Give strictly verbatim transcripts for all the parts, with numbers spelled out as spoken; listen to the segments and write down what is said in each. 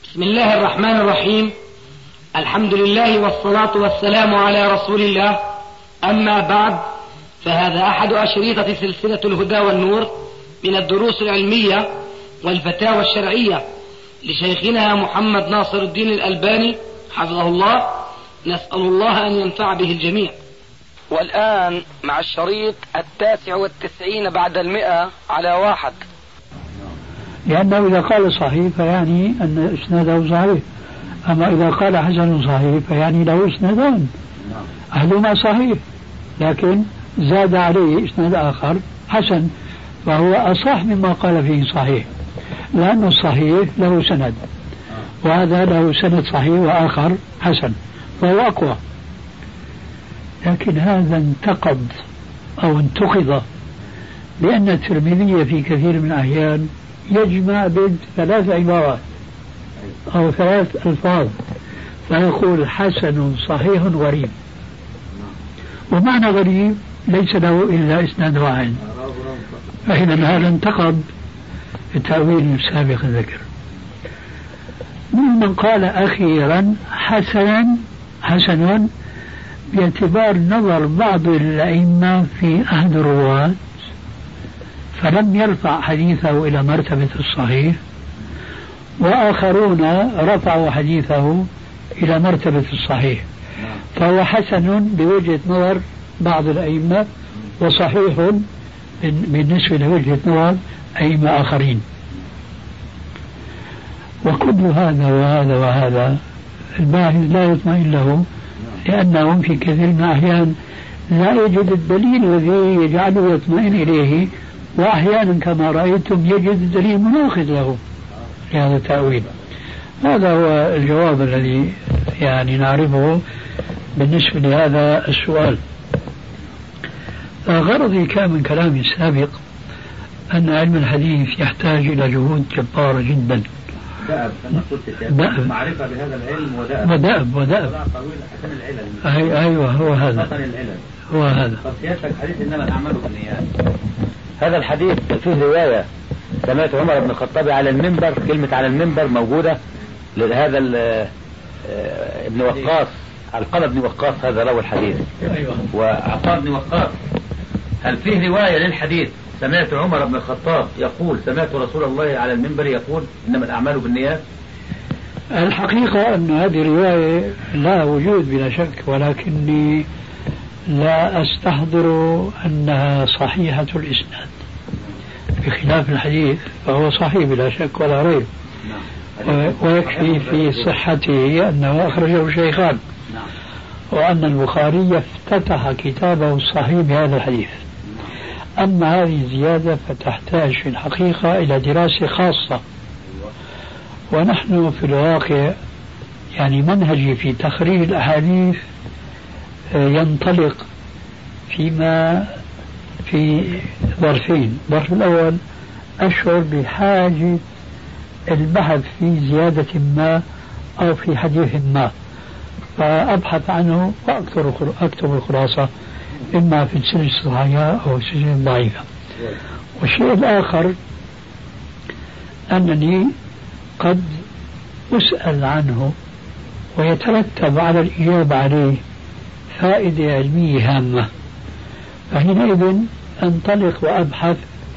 بسم الله الرحمن الرحيم. الحمد لله والصلاة والسلام على رسول الله. أما بعد، فهذا أحد أشريطة سلسلة الهدى والنور من الدروس العلمية والفتاوى الشرعية لشيخنا محمد ناصر الدين الألباني حفظه الله. نسأل الله أن ينفع به الجميع. والآن مع الشريط التاسع والتسعين بعد المئة على واحد. لأنه إذا قال صحيح فيعني أن إسناده صحيح، أما إذا قال حسن صحيح فيعني له إسنادان، أحدهما صحيح لكن زاد عليه إسناد آخر حسن، فهو أصح مما قال فيه صحيح، لأن الصحيح له سند وهذا له سند صحيح وآخر حسن فهو أقوى. لكن هذا انتقد أو انتقد لأن الترمذي في كثير من الأحيان يجمع بين ثلاث عبارات أو ثلاث ألفاظ فيقول حسن صحيح غريب، ومعنى غريب ليس له إلا إسناد واحد، فإذا هذا انتقد التأويل السابق الذكر. ممن قال أخيرا حسنا حسن باعتبار نظر بعض الأئمة في أحد الرواة فلم يرفع حديثه إلى مرتبة الصحيح، وآخرون رفعوا حديثه إلى مرتبة الصحيح، فهو حسن بوجهة نظر بعض الأئمة وصحيح بالنسبة لوجهة نظر أئمة آخرين. وكل هذا وهذا وهذا الباحث لا يطمئن له، لأنهم في كثير من الأحيان لا يجد الدليل الذي يجعله يطمئن إليه، وأحيانا كما رأيتم يجد الدليل مناقض له لهذا التأويل. هذا هو الجواب الذي يعني نعرفه بالنسبة لهذا السؤال. غرضي كان من كلامي السابق أن علم الحديث يحتاج إلى جهود جبارة جدا. دأب أنا قلت دأب معرفة بهذا العلم ودأب ودأب ودأب أي أيوة هو هذا هو هذا. طب سيادتك حديث إنما الأعمال بالنيات، هذا الحديث فيه رواية سمعت عمر بن الخطاب على المنبر، كلمة على المنبر موجودة لهذا ابن وقاص، علقمة بن وقاص هذا روى الحديث. أيوة. وعطاء بن وقاص، هل فيه رواية للحديث سمعت عمر بن الخطاب يقول سمعت رسول الله على المنبر يقول إنما الأعمال بالنيات؟ الحقيقة أن هذه رواية لا وجود بلا شك، ولكني لا أستحضر أنها صحيحة الإسناد، بخلاف الحديث فهو صحيح بلا شك ولا ريب، ويكفي في صحته أنه أخرجه الشيخان، وأن البخاري افتتح كتابه الصحيح بهذا الحديث. أما هذه الزيادة فتحتاج في الحقيقة إلى دراسة خاصة، ونحن في الواقع يعني منهجي في تخريج الأحاديث ينطلق فيما في ظرفين. الظرف الأول أشعر بحاجة البحث في زيادة ما أو في حديث ما فأبحث عنه وأكتب الخلاصة إما في السلسلة الصحيحة أو السلسلة الضعيفة. والشيء الآخر أنني قد أسأل عنه ويترتب على الإجابة عليه فائدة علمية هامة، فحينئذ أنطلق وأبحث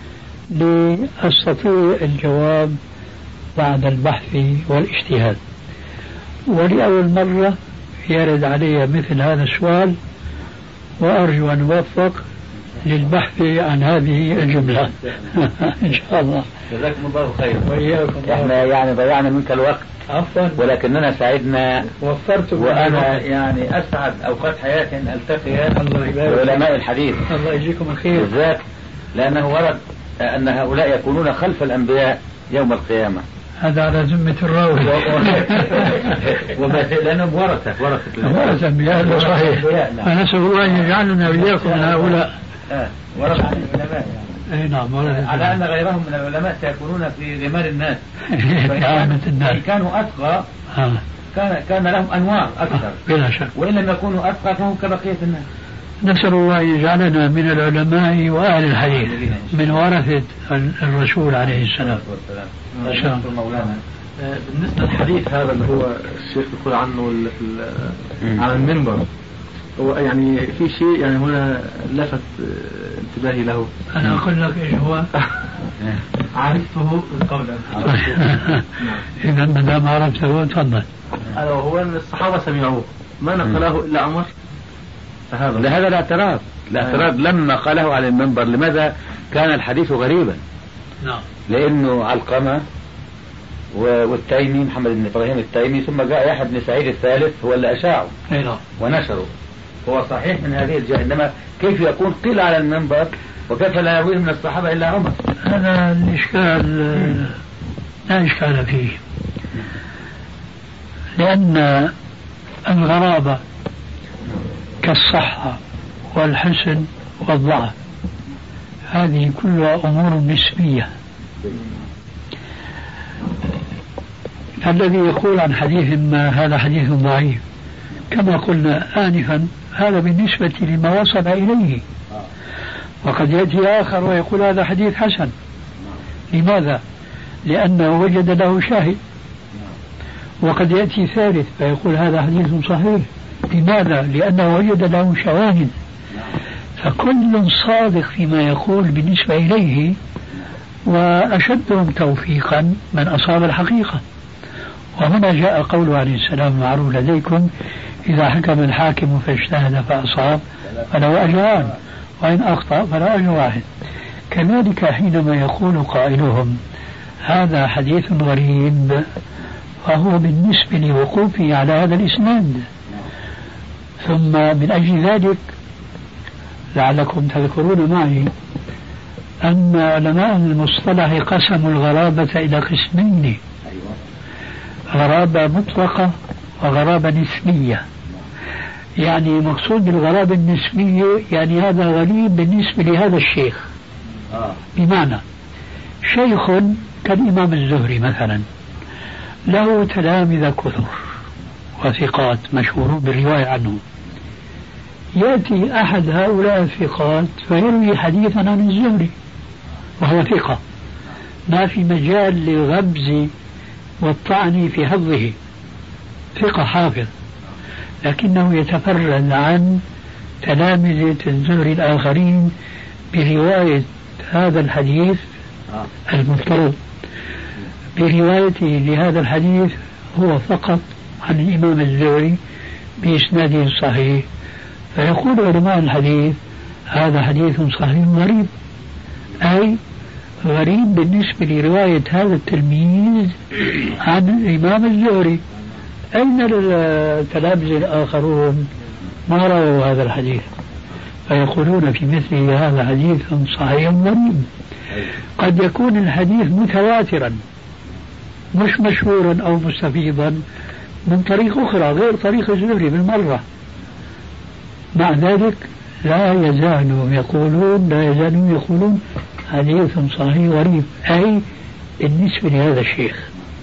لأستطيع الجواب بعد البحث والاجتهاد. ولأول مرة يرد علي مثل هذا السؤال، وأرجو أن أوفق للبحث عن هذه الجملة إن شاء الله. جزاكم الله خير. وإياكم. احنا يعني ضيعنا منك الوقت عفوا، ولكننا سعدنا وفرت، وأنا يعني أسعد أوقات حياتي أن ألتقي بعلماء الحديث. الله يجزيكم الخير. بالذات لأنه ورد أن هؤلاء يكونون خلف الأنبياء يوم القيامة. هذا على ذمة الراوي. لأنهم ورثة ورثة ورثة أنبياء صحيح. فنسأل الله أن يجعلنا وإياكم من هؤلاء. ورثة عن العلماء يعني. أي نعم. على أن غيرهم من العلماء سيكونون في غمار الناس. عامة الناس. كانوا أتقى كان كان لهم أنوار أكثر. بلا شك. وإن لم يكونوا أتقى فهم كبقية الناس. نسأل الله أن يجعلنا من العلماء وأهل الحديث من ورثة الرسول عليه السلام. إن شاء الله. بالنسبة للحديث هذا اللي هو الشيخ بيقول عنه على المنبر، هو يعني في شيء يعني هنا لفت انتباهي له. أنا أقول لك إيش هو. عرفته قبلا. إذا ما دام عرفته تفضل. هو أن الصحابة سمعوه ما نقله إلا عمر، فهذا لهذا الاعتراض الاعتراض لما قاله على المنبر. لماذا كان الحديث غريبا؟ نعم. لأنه علقمة والتيمي محمد بن إبراهيم التيمي، ثم جاء يحيى بن سعيد الثالث هو اللي أشاعه ونشره. هو صحيح من هذه الجهة، إنما كيف يكون قيل على المنبر وكيف لا يرويه من الصحابة إلا عمر؟ هذا الإشكال لا إشكال فيه، لأن الغرابة كالصحة والحسن والضعف هذه كلها أمور نسبية. الذي يقول عن حديث ما هذا حديث ضعيف كما قلنا آنفا هذا بالنسبة لما وصل إليه، وقد يأتي آخر ويقول هذا حديث حسن. لماذا؟ لأنه وجد له شاهد. وقد يأتي ثالث فيقول هذا حديث صحيح. لماذا؟ لأنه وجد له شواهد. فكل صادق فيما يقول بالنسبة إليه، وأشدهم توفيقا من أصاب الحقيقة. وهنا جاء قوله عليه السلام المعروف لديكم إذا حكم الحاكم فاجتهد فأصاب فله أجران وإن أخطأ فله أجر واحد. كذلك حينما يقول قائلهم هذا حديث غريب فهو بالنسبة لوقوفه على هذا الإسناد. ثم من أجل ذلك لعلكم تذكرون معي أن علماء المصطلح قسموا الغرابة إلى قسمين: غرابة مطلقة وغرابة نسبية. يعني مقصود بالغرابة النسبية يعني هذا غريب بالنسبة لهذا الشيخ. بمعنى شيخ كالإمام الزهري مثلا له تلامذة كثر وثقات مشهورون بالرواية عنه، يأتي أحد هؤلاء الثقات فيروي حديثا عن الزهري وهو ثقة، ما في مجال للغبز والطعن في حظه، ثقة حافظ، لكنه يتفرد عن تلامذة الزهري الآخرين برواية هذا الحديث المفترض. بروايته لهذا الحديث هو فقط عن الإمام الزهري بإسناده صحيح، فيقول علماء الحديث هذا حديث صحيح غريب، أي غريب بالنسبة لرواية هذا التلميذ عن الإمام الزهري. أين التلامذة الآخرون ما رووا هذا الحديث؟ فيقولون في مثله هذا حديث صحيح غريب. قد يكون الحديث متواترا مش مشهورا أو مستفيضا من طريق أخرى غير طريق الزهري بالمرة، مع ذلك لا يزالوا يقولون لا يزالون يقولون حديث صحيح غريب، أي بالنسبة لهذا الشيخ.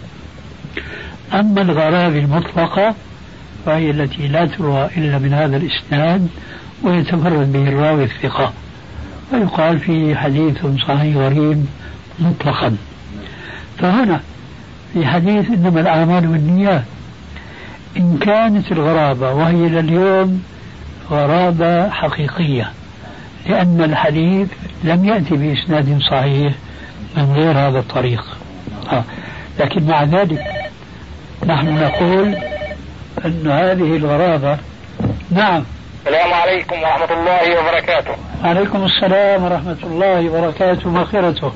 أما الغرابة المطلقة فهي التي لا تروى إلا من هذا الإسناد ويتفرد به الراوي الثقة، ويقال فيه حديث صحيح غريب مطلقا. فهنا في حديث إنما الأعمال بالنيات، إن كانت الغرابة وهي لليوم غرابة حقيقية لأن الحديث لم يأتي بإسناد صحيح من غير هذا الطريق، آه. لكن مع ذلك نحن نقول أن هذه الغرابة. نعم. السلام عليكم ورحمة الله وبركاته. عليكم السلام ورحمة الله وبركاته ومغفرته.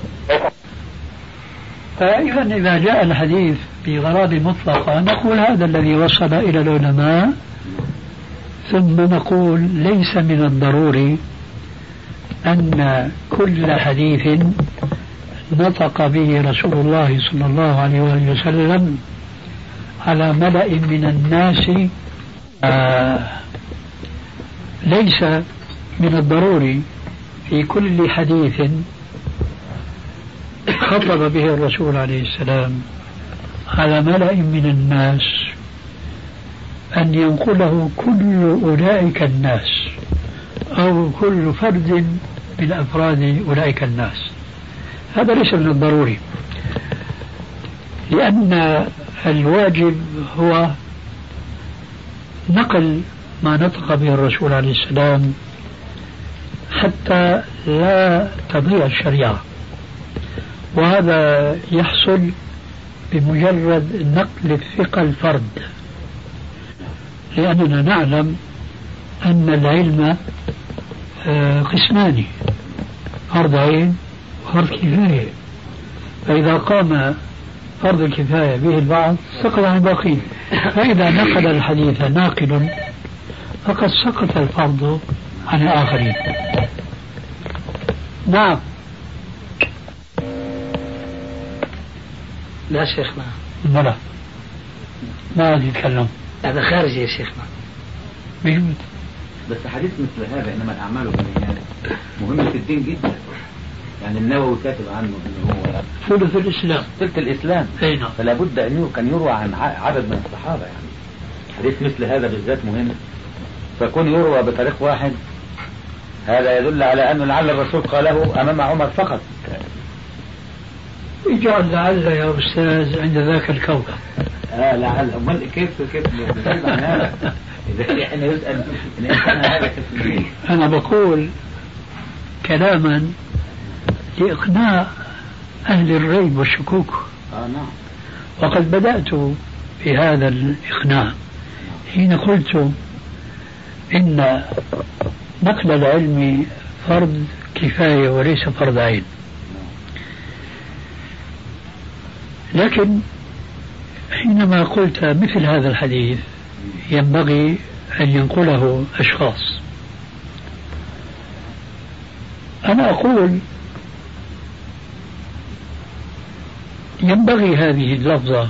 فإذا إذا جاء الحديث بغرابة مطلقة نقول هذا الذي وصل إلى العلماء، ثم نقول ليس من الضروري أن كل حديث نطق به رسول الله صلى الله عليه وآله وسلم على ملأ من الناس آه ليس من الضروري في كل حديث خطب به الرسول عليه السلام على ملأ من الناس أن ينقله كل أولئك الناس أو كل فرد من أفراد أولئك الناس. هذا ليس من الضروري. لأن الواجب هو نقل ما نطق به الرسول عليه السلام حتى لا تضيع الشريعة، وهذا يحصل بمجرد نقل الثقة الفرد، لأننا نعلم أن العلم قسمان: فرض عين وفرض كفاية، فإذا قام فرض الكفاية به البعض سقط عن الباقين، فإذا نقل الحديث ناقل فقد سقط الفرض عن الآخرين. نعم. لا شيخنا. لا ما يتكلم، هذا خارجي يا شيخنا. بيمت. بس حديث مثل هذا إنما الأعمال بالنيات مهم في الدين جدا. يعني النووي كاتب عنه إنه هو ثلث الإسلام. ثلث الإسلام. أينا. فلا بد أن كان يروى عن عدد من الصحابة. يعني حديث مثل هذا بالذات مهم، فكون يروى بطريق واحد هذا يدل على أنه لعل الرسول قاله أمام عمر فقط. اجعل لعل يا أستاذ عند ذاك الكوكب. آه لعل. أمال كيف كيف نسأل عن هذا؟ إذا إحنا يسأل إن كان هذا كيف؟ أنا بقول كلاما لإقناع أهل الريب والشكوك. آه نعم. وقد بدأت بهذا الإقناع حين قلت إن نقل العلم فرض كفاية وليس فرض عين، لكن حينما قلت مثل هذا الحديث ينبغي أن ينقله أشخاص، أنا أقول ينبغي هذه اللفظة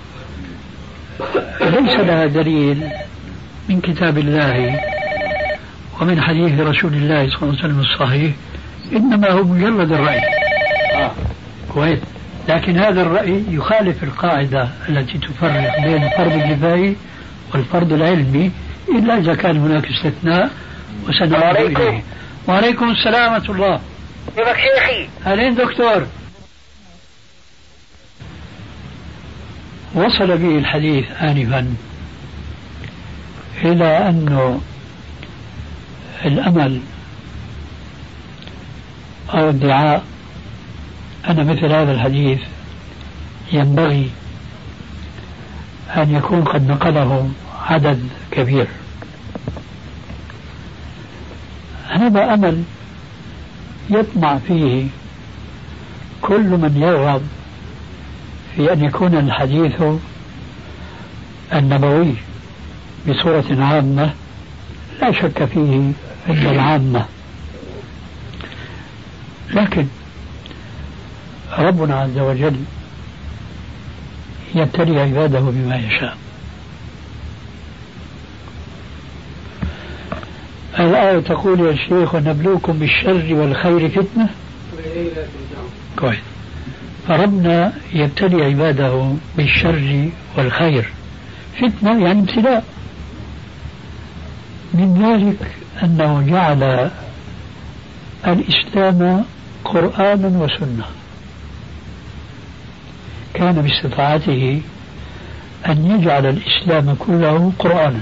ليس لها دليل من كتاب الله ومن حديث رسول الله صلى الله عليه وسلم الصحيح، إنما هو مجرد الرأي. آه. كويس. لكن هذا الرأي يخالف القاعدة التي تفرق بين الفرض الكفائي والفرض العلمي، إلا إذا كان هناك استثناء وسنعود إليه. وعليكم السلام ورحمة الله. كيفك شيخي؟ أهلين دكتور. وصل به الحديث آنفا إلى أنه الأمل أو ادعاء أن مثل هذا الحديث ينبغي أن يكون قد نقله عدد كبير. هذا أمل يطمع فيه كل من يرغب في أن يكون الحديث النبوي بصورة عامة لا شك فيه عند العامة، لكن ربنا عز وجل يبتلي عباده بما يشاء. الآية تقول يا شيخ ونبلوكم بالشر والخير فتنة. كويس. فربنا يبتلي عباده بالشر والخير فتنة، يعني ابتلاء. من ذلك أنه جعل الإسلام قرآنا وسنة، كان باستطاعته أن يجعل الإسلام كله قرآنا،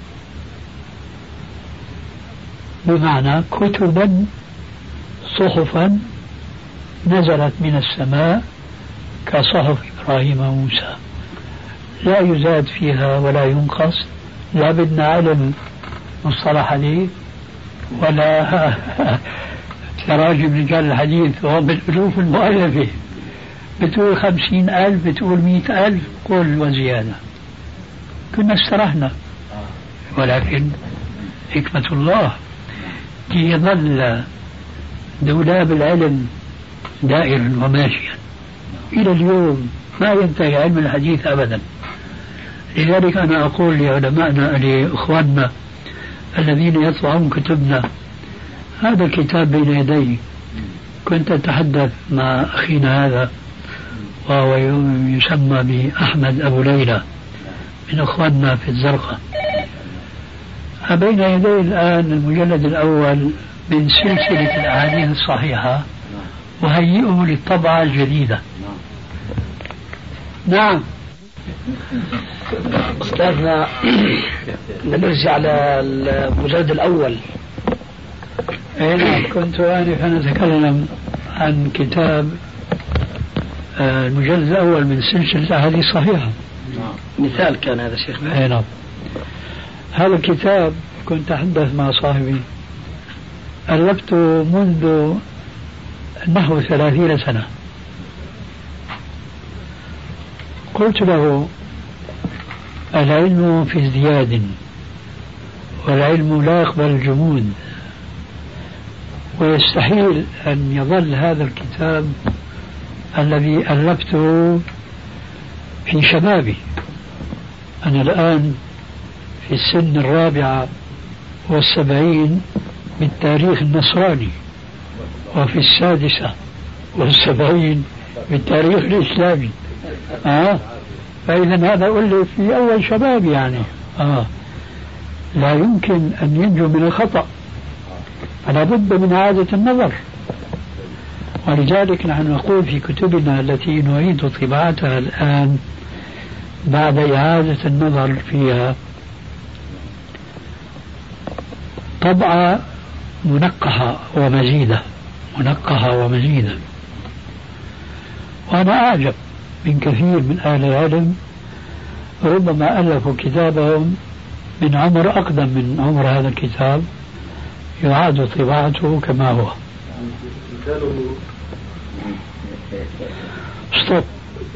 بمعنى كتبا صحفا نزلت من السماء كصحف إبراهيم وموسى، لا يزاد فيها ولا ينقص، لا بدنا علم مصطلح حديث ولا تراجم رجال الحديث وهم بالألوف المؤلفة، بتقول خمسين ألف بتقول مئة ألف قول وزيادة، كنا استرحنا. ولكن حكمة الله ليظل دولاب العلم دائرا وماشيا إلى اليوم، ما ينتهي علم الحديث أبدا. لذلك أنا أقول لعلمائنا لإخواننا الذين يطبعون كتبنا، هذا الكتاب بين يدي، كنت أتحدث مع أخينا هذا وهو يسمى بأحمد أبو ليلى من أخواننا في الزرقاء، بين يدي الآن المجلد الأول من سلسلة الأحاديث الصحيحة، وهيئه للطبعة الجديدة. نعم. أستاذنا نرجع على المجلد الأول. أين كنت آنفا نتكلم عن كتاب المجلد الأول من سلسلة أحاديث صحيحة. مثال كان هذا شيخنا. أي نعم. هذا الكتاب كنت أتحدث مع صاحبي، ألفته منذ نحو ثلاثين سنة. قلت له العلم في ازدياد، والعلم لا يقبل الجمود، ويستحيل أن يظل هذا الكتاب الذي ألفته في شبابي. أنا الآن في السن الرابعة والسبعين بالتاريخ النصراني، وفي السادسة والسبعين بالتاريخ الإسلامي. آه. فإذا هذا أقول لي في أول شباب يعني. آه. لا يمكن أن ينجو من الخطأ، فلا بد من إعادة النظر. ولذلك نحن نقول في كتبنا التي نعيد طباعتها الآن بعد إعادة النظر فيها طبعة منقحة ومزيدة، منقحة ومزيدة. وأنا أعجب من كثير من أهل العلم ربما ألفوا كتابهم من عمر أقدم من عمر هذا الكتاب، يعاد طباعته كما هو. ستوب.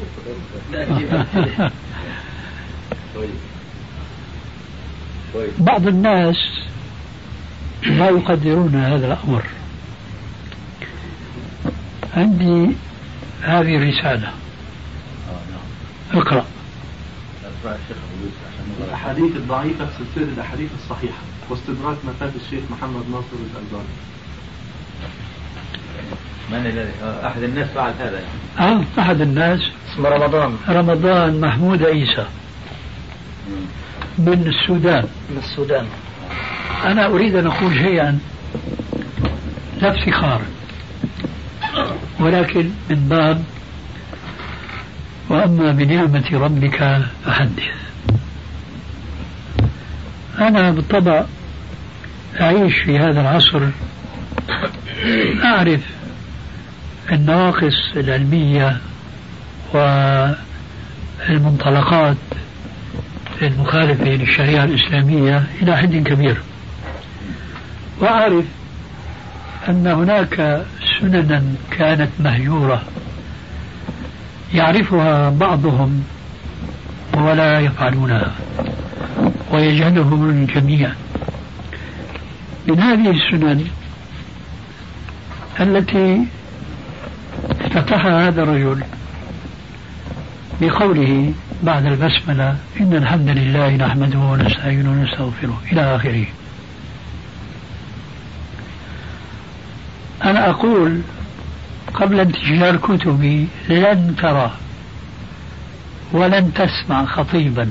بعض الناس لا يقدرون هذا الأمر. عندي هذه الرسالة، اقرأ. الأحاديث الضعيفة في سلسلة الأحاديث الصحيحة واستدراك مفاد الشيخ محمد ناصر الألباني. من الذي أحد الناس فعل هذا يعني؟ آه أحد الناس اسمه رمضان رمضان محمود عيسى من السودان. من السودان. أنا أريد أن أقول شيئا لا افتخار، ولكن من باب وأما بنعمة ربك فحدث. أنا بالطبع أعيش في هذا العصر، أعرف النواقص العلمية والمنطلقات المخالفة للشريعة الإسلامية إلى حد كبير، وأعرف أن هناك سننا كانت مهجورة يعرفها بعضهم ولا يفعلونها ويجهلهم الجميع. من هذه السنن التي افتتحها هذا الرجل بقوله بعد البسملة: إن الحمد لله نحمده ونستعينه ونستغفره إلى آخره. أنا أقول قبل انتشار كتبي لن ترى ولن تسمع خطيبا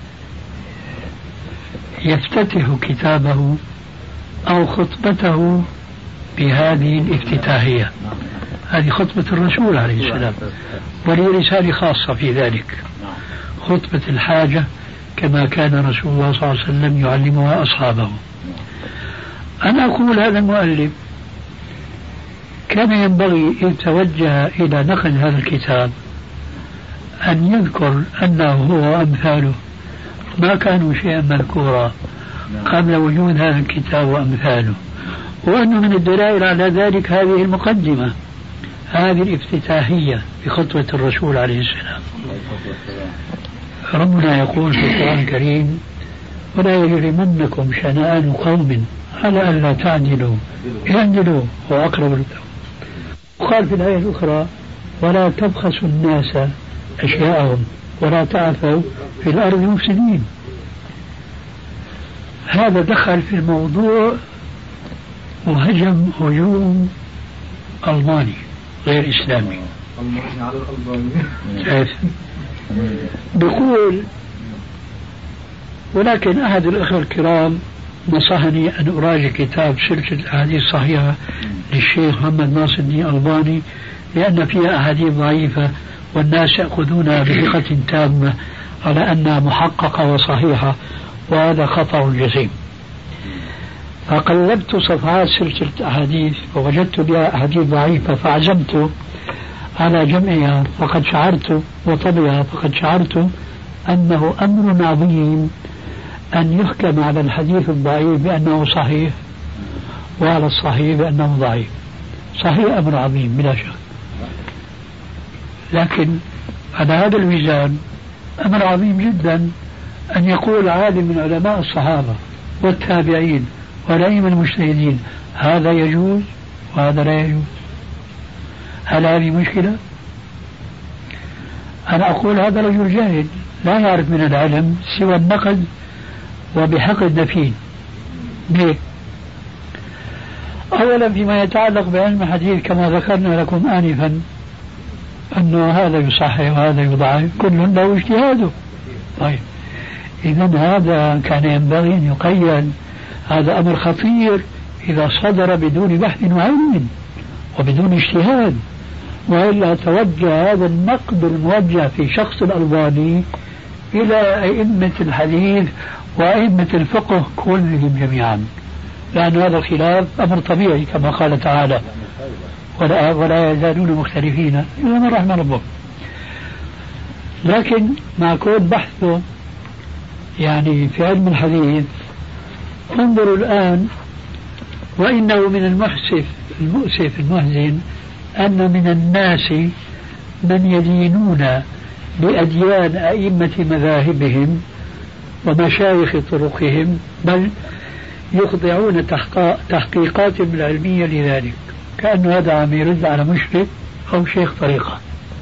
يفتتح كتابه أو خطبته بهذه الافتتاحية. هذه خطبة الرسول عليه السلام، ولي رسالة خاصة في ذلك، خطبة الحاجة كما كان رسول الله صلى الله عليه وسلم يعلمها أصحابه. أنا أقول هذا المؤلف كان ينبغي إذ توجه إلى نقل هذا الكتاب أن يذكر أنه هو وأمثاله ما كانوا شيئا مذكورا قبل وجود هذا الكتاب وأمثاله، وأنه من الدلائل على ذلك هذه المقدمة، هذه الافتتاحية بخطوة الرسول عليه السلام. ربنا يقول في القرآن الكريم: ولا يجرمنكم شنآن قوم على ألا تعدلوا اعدلوا هو أقرب للتقوى. وقال في الآية الأخرى: ولا تبخسوا الناس أشياءهم ولا تعثوا في الأرض مفسدين. هذا دخل في الموضوع وهجم هجوم ألماني غير إسلامي. بيقول: ولكن أحد الأخوة الكرام نصحني أن أراجع كتاب سلسلة الأحاديث الصحيحة للشيخ محمد ناصر الدين الألباني لأن فيها أحاديث ضعيفة والناس يأخذونها بثقة تامة على أنها محققة وصحيحة، وهذا خطأ جسيم. فقلبت صفحات سلسلة أحاديث ووجدت بها أحاديث ضعيفة، فعزمت على جمعها، فقد شعرت وطبعها فقد شعرت أنه أمر عظيم أن يحكم على الحديث الضعيف بأنه صحيح وعلى الصحيح بأنه ضعيف. صحيح أمر عظيم بلا شك، لكن على هذا الميزان أمر عظيم جدا أن يقول عالم من علماء الصحابة والتابعين والأئمة المجتهدين هذا يجوز وهذا لا يجوز. هل هذه مشكلة؟ أنا أقول هذا رجل جاهل لا يعرف من العلم سوى النقد وبحق الدفين. ليه؟ أولا فيما يتعلق بعلم الحديث كما ذكرنا لكم آنفا أنه هذا يصحح وهذا يضعف، كل له اجتهاده. طيب إذا هذا كان ينبغي أن يقيد. هذا أمر خطير إذا صدر بدون بحث وعلم وبدون اجتهاد، وإلا توجه هذا النقد الموجه في شخص الألباني إلى أئمة الحديث وأئمة الفقه كلهم جميعا، لأن هذا الخلاف أمر طبيعي كما قال تعالى ولا, ولا يزالون مختلفين إلا من رحم ربهم. لكن مع كل بحثه يعني في علم الحديث انظروا الآن، وإنه من المحسف المؤسف المحزن أن من الناس من يدينون بأديان أئمة مذاهبهم ومشايخ طرقهم، بل يخضعون تحقيقاتهم العلمية لذلك، كأن هذا عم يرد على مشرك أو شيخ طريقة.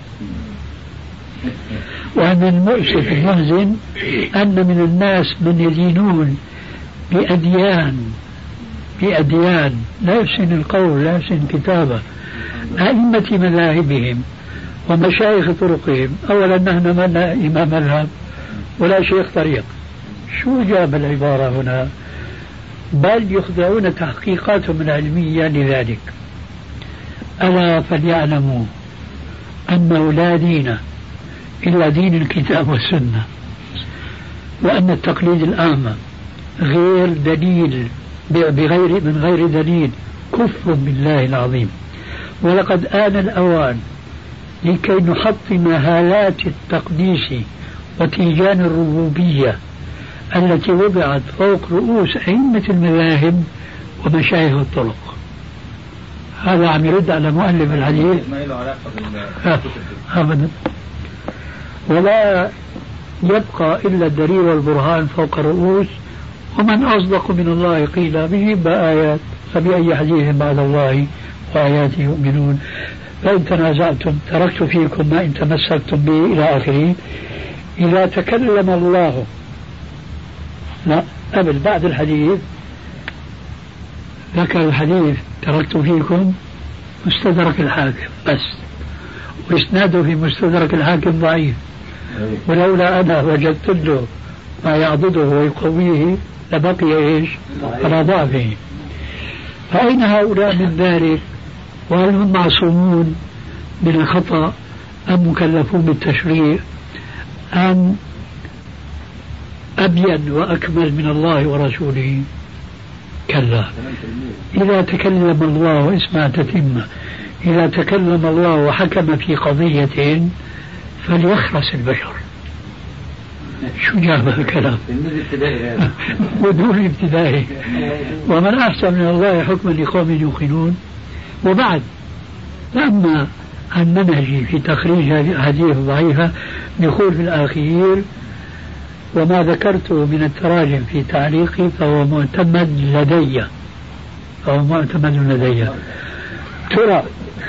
وأن المؤسف المحزن أن من الناس من يدينون بأديان بأديان لا يحسن القول لا يحسن الكتابة أئمة مذاهبهم ومشايخ طرقهم. أولا نحن ما لنا إمام مذهب ولا شيخ طريق، شو جاب العبارة هنا؟ بل يخضعون تحقيقاتهم العلمية لذلك. ألا فليعلموا أنه لا دين إلا دين الكتاب والسنة، وأن التقليد الأعمى غير دليل بغير من غير دليل كفر بالله العظيم. ولقد آن الأوان لكي نحطم هالات التقديس وتيجان الربوبية التي وضعت فوق رؤوس أئمة المذاهب ومشايخ الطرق. هذا عم يرد على مؤلف الحديث أبدا، ولا يبقى إلا الدليل والبرهان فوق الرؤوس. ومن أصدق من الله قيل بجيب آيات، فبأي حديث بعد الله وآياته يؤمنون. فإن تنازعتم تركت فيكم ما إن تمسكتم به إلى آخره. إذا تكلم الله لا قبل بعد الحديث ذكر الحديث تركت فيكم مستدرك الحاكم بس، وإسناده في مستدرك الحاكم ضعيف، ولولا أنا وجدت له ما يعضده ويقويه لبقي إيش على ضعفه. فأين هؤلاء من ذلك؟ وهل هم معصومون من الخطأ أم مكلفون بالتشريع أم أبين وأكمل من الله ورسوله؟ كلا. إذا تكلم الله واسمع تتمة، إذا تكلم الله وحكم في قضية فليخرس البشر. شو جاب هذا الكلام؟ ودون ابتدائي. ومن أحسن من الله حكما لقوم يوقنون. وبعد أما عن منهجي في تخريج هذه الأحاديث الضعيفة نقول في الأخير وما ذكرته من التراجم في تعليقي فهو معتمد لدي فهو معتمد لدي ترى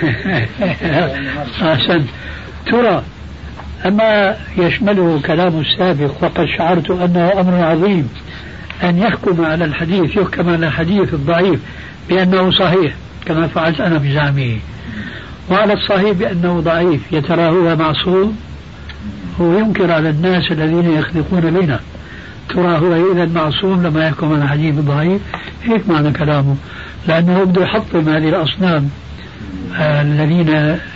أحسن ترى. أما يشمله كلام السابق وقد شعرت أنه أمر عظيم أن يحكم على الحديث يحكم على الحديث الضعيف بأنه صحيح كما فعلت أنا بزعمه، وعلى الصحيح بأنه ضعيف. يترى هو معصوم؟ هو ينكر على الناس الذين يخلقون بنا. ترى هو إذا معصوم لما يحكم على الحديث الضعيف؟ هيك معنى كلامه، لأنه بده يحطم هذه الأصنام الذين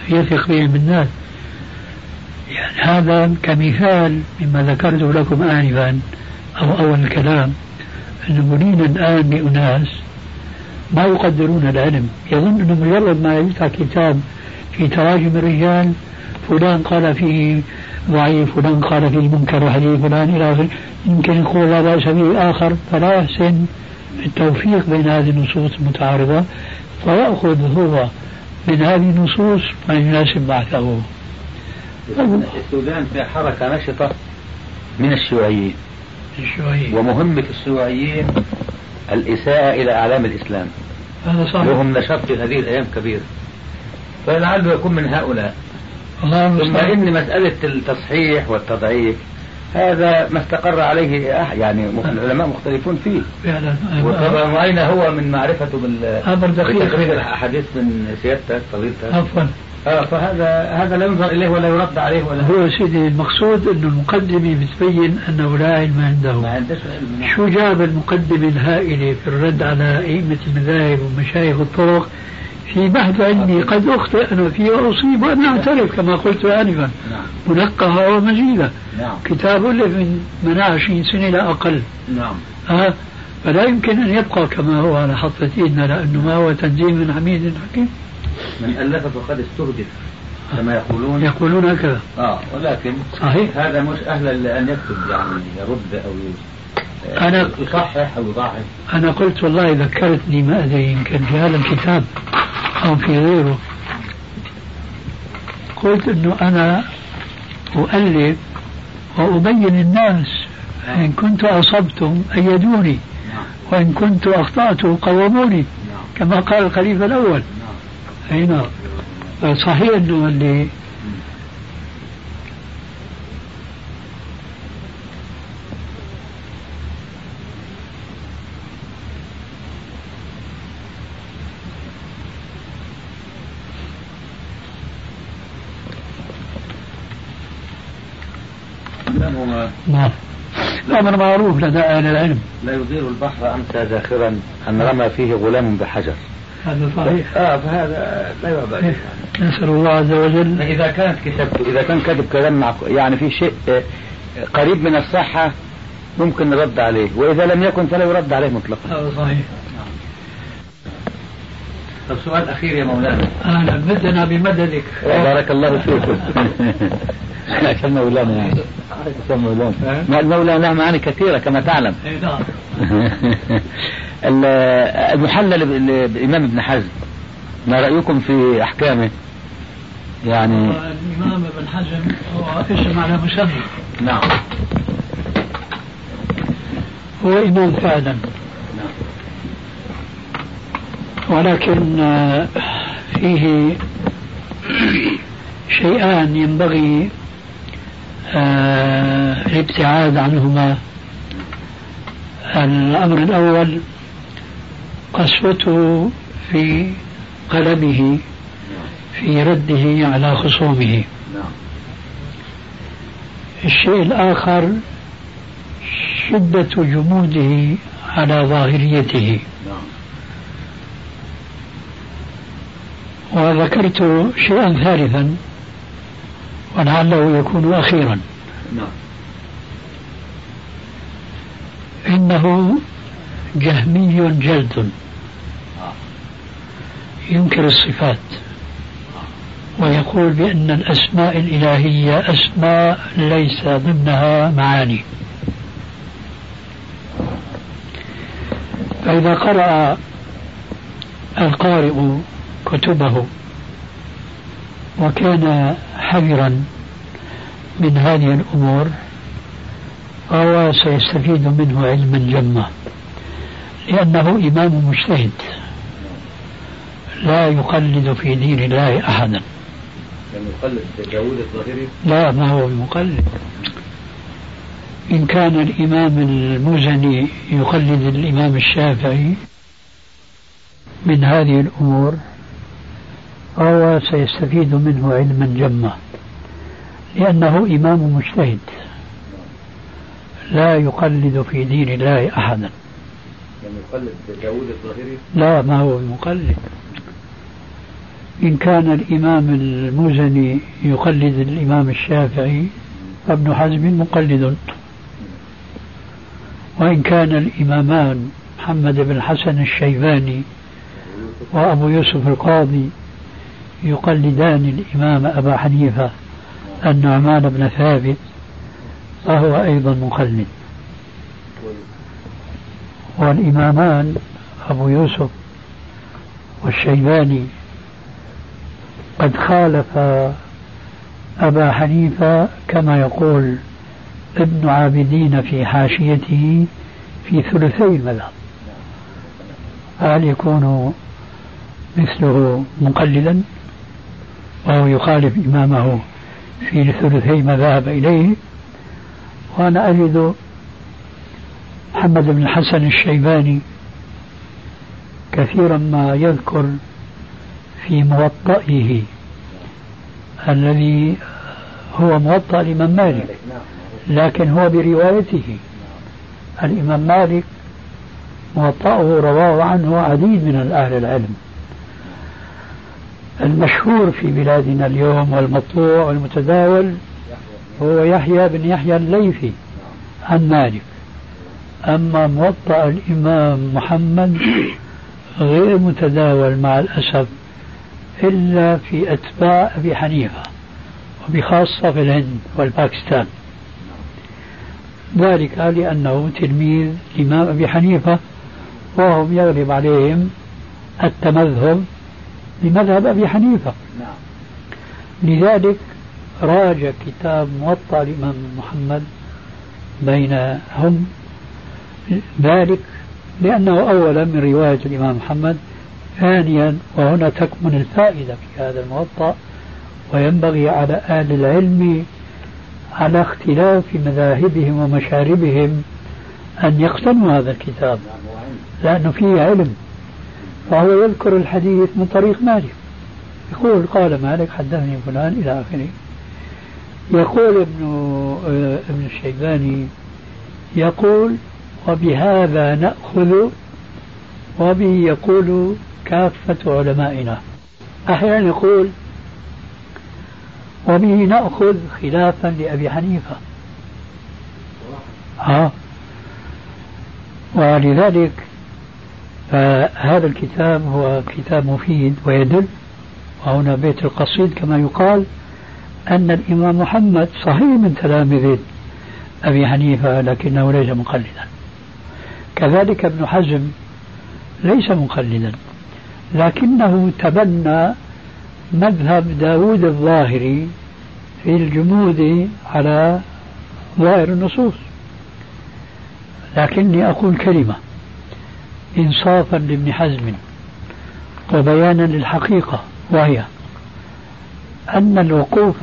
يثق بهم الناس. يعني هذا كمثال مما ذكرته لكم آنفا أو أول الكلام، أن مرينا الآن لأناس ما يقدرون العلم، يظن أنه مجرد ما يفتح كتاب في تراجم الرجال فلان قال فيه ضعيف، فلان قال فيه منكر وحديث، فلان إلى آخره، يمكن يقول لا بأس به آخر، فلا يحسن التوفيق بين هذه النصوص المتعارضة، فيأخذ هو من هذه النصوص ما يناسب بعثه. السودان في حركة نشطة من الشيوعيين، الشيوعيين ومهمة الشيوعيين الإساءة إلى أعلام الإسلام. هذا صحيح. لهم نشاط في هذه الأيام كبير، فلعله يكون من هؤلاء. ثم إن مسألة التصحيح والتضعيف هذا ما استقر عليه يعني العلماء مختلفون فيه. فعلا. وطبعا أين هو من معرفته بالتقريب الأحاديث من سيادتك فضيلتك؟ عفوا. آه فهذا هذا لا ينظر إليه ولا يرد عليه ولا هو سيدي المقصود أن المقدمة بتبين أنه لا علم عنده. ما عندش علم. شو جاب المقدمة الهائلة في الرد على أئمة المذاهب ومشايخ الطرق في بحث علمي قد أخطئ أنا فيه وأصيب وأنا أعترف كما قلت آنفا، منقها ومزيدة. نعم. كتاب ألف من من عشرين سنة لا أقل. نعم. آه فلا يمكن أن يبقى كما هو على حظة إيدنا، لأنه ما هو تنزيل من حميد حكيم. من ألف فقد استهدف كما يقولون. يقولون هكذا. آه ولكن صحيح. هذا مش أهل لأن يكتب يعني يرد أو أنا يصحح أو يضاعف. أنا قلت والله ذكرتني ما أدري يمكن في هذا الكتاب أو في غيره، قلت إنه أنا أؤلف وأبين الناس، إن كنت أصبتم أيدوني وإن كنت أخطأت قوموني كما قال الخليفة الأول. أي نعم. صحيح إنه اللي نعم الأمر معروف لدى أهل العلم. لا يدير البحر أمسى زاخرا أن رمى فيه غلام بحجر. هذا صحيح. آه فهذا لا يعبأ. نسأل الله عز وجل. إذا كانت كتابته إذا كان كاتب كلام يعني في شيء قريب من الصحة ممكن نرد عليه، وإذا لم يكن فلا يرد عليه مطلقا. هذا صحيح. طب سؤال أخير يا مولانا. أهلا بدنا بمددك. بارك الله فيكم. كم مولانا يعني كم مولانا ما المولانا معاني كثيرة كما تعلم. المحلل بالإمام ابن حزم ما رأيكم في أحكامه؟ يعني الإمام ابن حزم هو اسم على مسمى. نعم. هو إمام فعلا. ولكن فيه شيئان ينبغي الابتعاد عنهما. الأمر الأول قسوته في قلمه في رده على خصومه. الشيء الآخر شدة جموده على ظاهريته. وذكرت شيئا ثالثا ولعله يكون أخيرا، إنه جهمي جلد ينكر الصفات ويقول بأن الأسماء الإلهية أسماء ليس ضمنها معاني. فإذا قرأ القارئ كتبه وكان حذرا من هذه الأمور فهو سيستفيد منه علما جما، لأنه إمام مجتهد لا يقلد في دين الله أحدا. يقلد داود الظاهري؟ لا، ما هو المقلد. إن كان الإمام المزني يقلد الإمام الشافعي من هذه الأمور فهو سيستفيد منه علما جما، لأنه إمام مجتهد لا يقلد في دين الله أحدا. يعني يقلد داود الظاهري؟ لا، ما هو المقلد. إن كان الإمام المزني يقلد الإمام الشافعي فابن حزم مقلد، وإن كان الإمامان محمد بن الحسن الشيباني وأبو يوسف القاضي يقلدان الإمام أبا حنيفة النعمان بن ثابت فهو أيضا مقلد. والإمامان أبو يوسف والشيباني قد خالف أبا حنيفة كما يقول ابن عابدين في حاشيته في ثلثي المذهب، هل يكون مثله مقلدا وهو يخالف إمامه في ثلثي ما ذهب إليه؟ وأنا أجد محمد بن الحسن الشيباني كثيرا ما يذكر في موطئه الذي هو موطأ الإمام مالك، لكن هو بروايته. الإمام مالك موطأه رواه عنه عديد من أهل العلم. المشهور في بلادنا اليوم والمطبوع والمتداول هو يحيى بن يحيى الليثي عن مالك، أما موطأ الإمام محمد غير متداول مع الأسف إلا في أتباع أبي حنيفة، وبخاصة في الهند والباكستان، ذلك لأنه تلميذ الإمام أبي حنيفة وهم يغلب عليهم التمذهب لمذهب أبي حنيفة. لذلك راجع كتاب موطأ الإمام محمد بينهم، ذلك لأنه أولا من رواية الإمام محمد، ثانيا وهنا تكمن الفائدة في هذا الموطأ، وينبغي على أهل العلم على اختلاف مذاهبهم ومشاربهم أن يقتنوا هذا الكتاب لأنه فيه علم. فهو يذكر الحديث من طريق مالك، يقول قال مالك حدثني فلان إلى آخره. يقول ابن ابن الشيباني يقول وبهذا نأخذ وبه يقول كافة علمائنا. أحيانا يقول وبه نأخذ خلافا لأبي حنيفة. ها ولذلك فهذا الكتاب هو كتاب مفيد ويدل، وهنا بيت القصيد كما يقال أن الإمام محمد صحيح من تلامذة أبي حنيفة لكنه ليس مقلدا، كذلك ابن حزم ليس مقلدا لكنه تبنى مذهب داود الظاهري في الجمود على ظاهر النصوص. لكني أقول كلمة إنصافا لابن حزم وبيانا للحقيقة، وهي أن الوقوف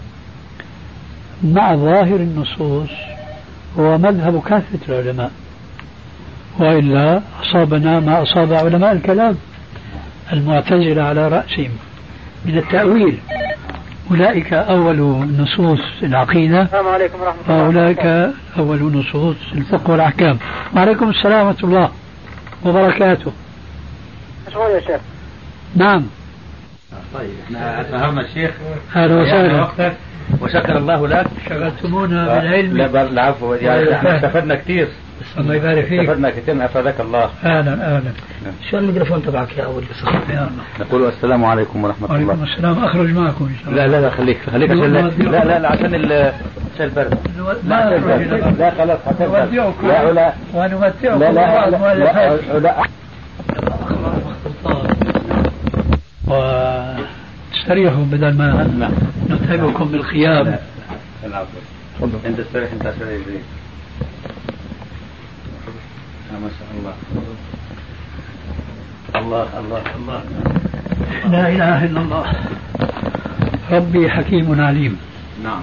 مع ظاهر النصوص هو مذهب كافة العلماء، وإلا أصابنا ما أصاب علماء الكلام المعتزلة على رأسهم من التأويل. أولئك أول نصوص العقيدة وأولئك أول نصوص الفقه والأحكام. وعليكم السلام ورحمة الله وبركاته. مشغول يا شيخ. نعم. طيب احنا فهمنا الشيخ. أهلا وسهلا. وشكر الله لك. شغلتمونا بالعلم. لا العفو، يعني احنا استفدنا كثير. الله يبارك فيك. استفدنا كثير، افادك الله. اهلا اهلا. شو الميكروفون تبعك يا اول يا نقول السلام عليكم ورحمه الله. وعليكم السلام. اخرج معكم ان شاء الله. لا لا لا خليك خليك عشان لا لا لا, لا عشان ال عشان البرد. لا لا خلاص حتى لا لا ونمتعكم لا لا لا لا وتستريحوا بدل ما نتعبكم بالخيام. العفو. تفضل. انت استريح انت عشان يجري. ما شاء الله. الله الله الله. لا إله إلا الله. ربي حكيم عليم. نعم.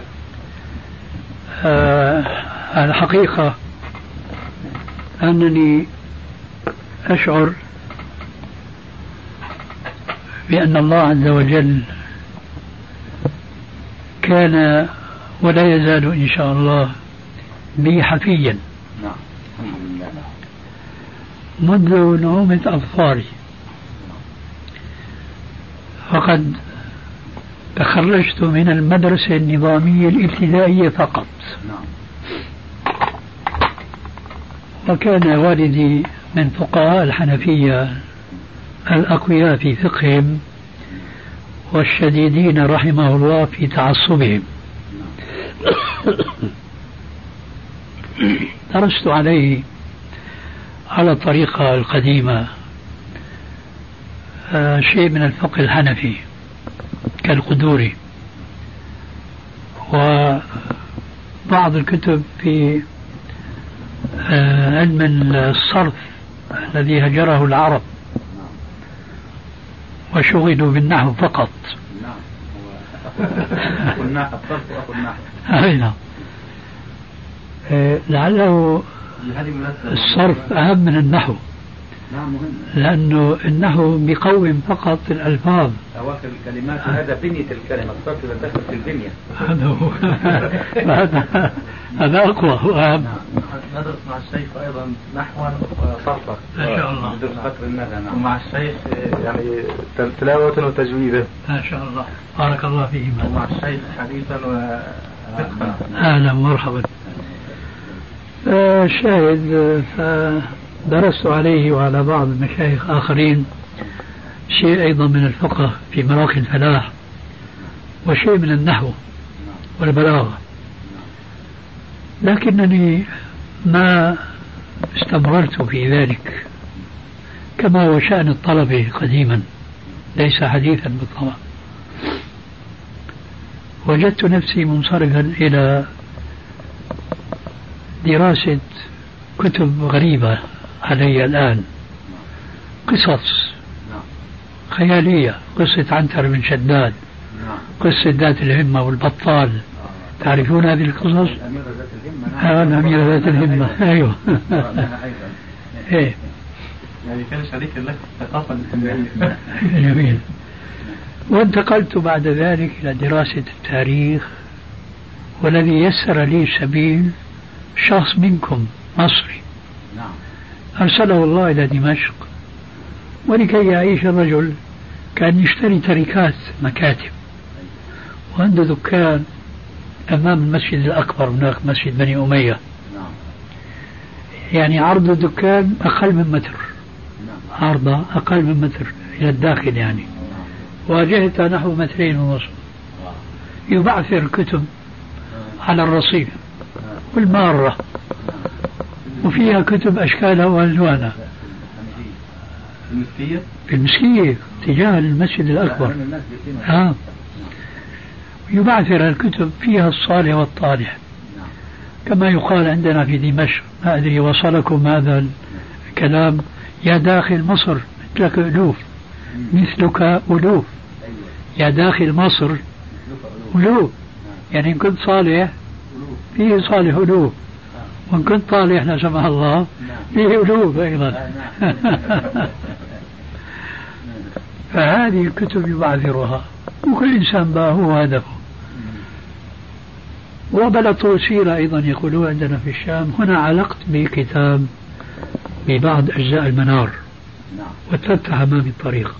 آه الحقيقة أنني أشعر بأن الله عز وجل كان ولا يزال إن شاء الله بي حفيا. نعم. الحمد لله. منذ نعومة أظفاري فقد تخرجت من المدرسة النظامية الابتدائية فقط. وكان والدي من فقهاء الحنفية الأقوياء في فقههم والشديدين رحمه الله في تعصبهم. درست عليه على الطريقة القديمة آه شيء من الفقه الحنفي كالقدوري، وبعض الكتب في آه علم الصرف الذي هجره العرب وشغلوا بالنحو فقط. نعم. لعله الصرف أهم من النحو، لأنه النحو بيقوم فقط الألفاظ أواخر الكلمات، هذا بنية الكلمة، الصرف يدخل في البنية. هذا هذا أقوى وأهم. ندرس مع الشيخ أيضا نحوا وصرفا ما شاء الله، ندرس قطر الندى ومع الشيخ يعني تلاوة وتجويدا ما شاء الله، بارك الله فيهما. ومع الشيخ حديثا وفقها. أهلا ومرحبا. شاهد، فدرست عليه وعلى بعض المشايخ آخرين شيء أيضا من الفقه في مراقي الفلاح، وشيء من النحو والبلاغة، لكنني ما استمررت في ذلك كما هو شأن الطلبة قديما، ليس حديثا بالطبع. وجدت نفسي منصرفا إلى دراسة كتب غريبة علي الآن، قصص خيالية، قصة عنتر بن شداد، قصة ذات الهمة والبطال، تعرفون هذه القصص؟ الأميرة ذات الهمة. أيوه. إيه. يعني كان شريك لك الثقافة الإسلامية. جميل. وانتقلت بعد ذلك إلى دراسة التاريخ، والذي يسر لي سبيل شخص منكم مصري أرسله الله إلى دمشق، ولكي يعيش الرجل كان يشتري تركات مكاتب، وعنده دكان أمام المسجد الأكبر هناك، مسجد بني أمية، يعني عرض الدكان أقل من متر، عرضه أقل من متر إلى الداخل يعني، واجهته نحو مترين ونصف. يبعثر كتب على الرصيف والمارة، وفيها كتب أشكالها وألوانها. المسكية؟ في المسكية تجاه المسجد الأكبر. ها. يبعثر الكتب فيها الصالح والطالح، كما يقال عندنا في دمشق، ما أدري وصلكم هذا الكلام، يا داخل مصر مثلك ألوف، مثلك ألوف، يا داخل مصر ألوف، يعني إن كنت صالح فيه صالح ألوف، وإن كنت طالح لا سمح الله فيه ألوف أيضا. فهذه الكتب يبعثرها، وكل إنسان بقى هو هدفه. وبلغت سيرة أيضا يقولون عندنا في الشام. هنا علقت بكتاب ببعض أجزاء المنار، واتفتح أمامي الطريق،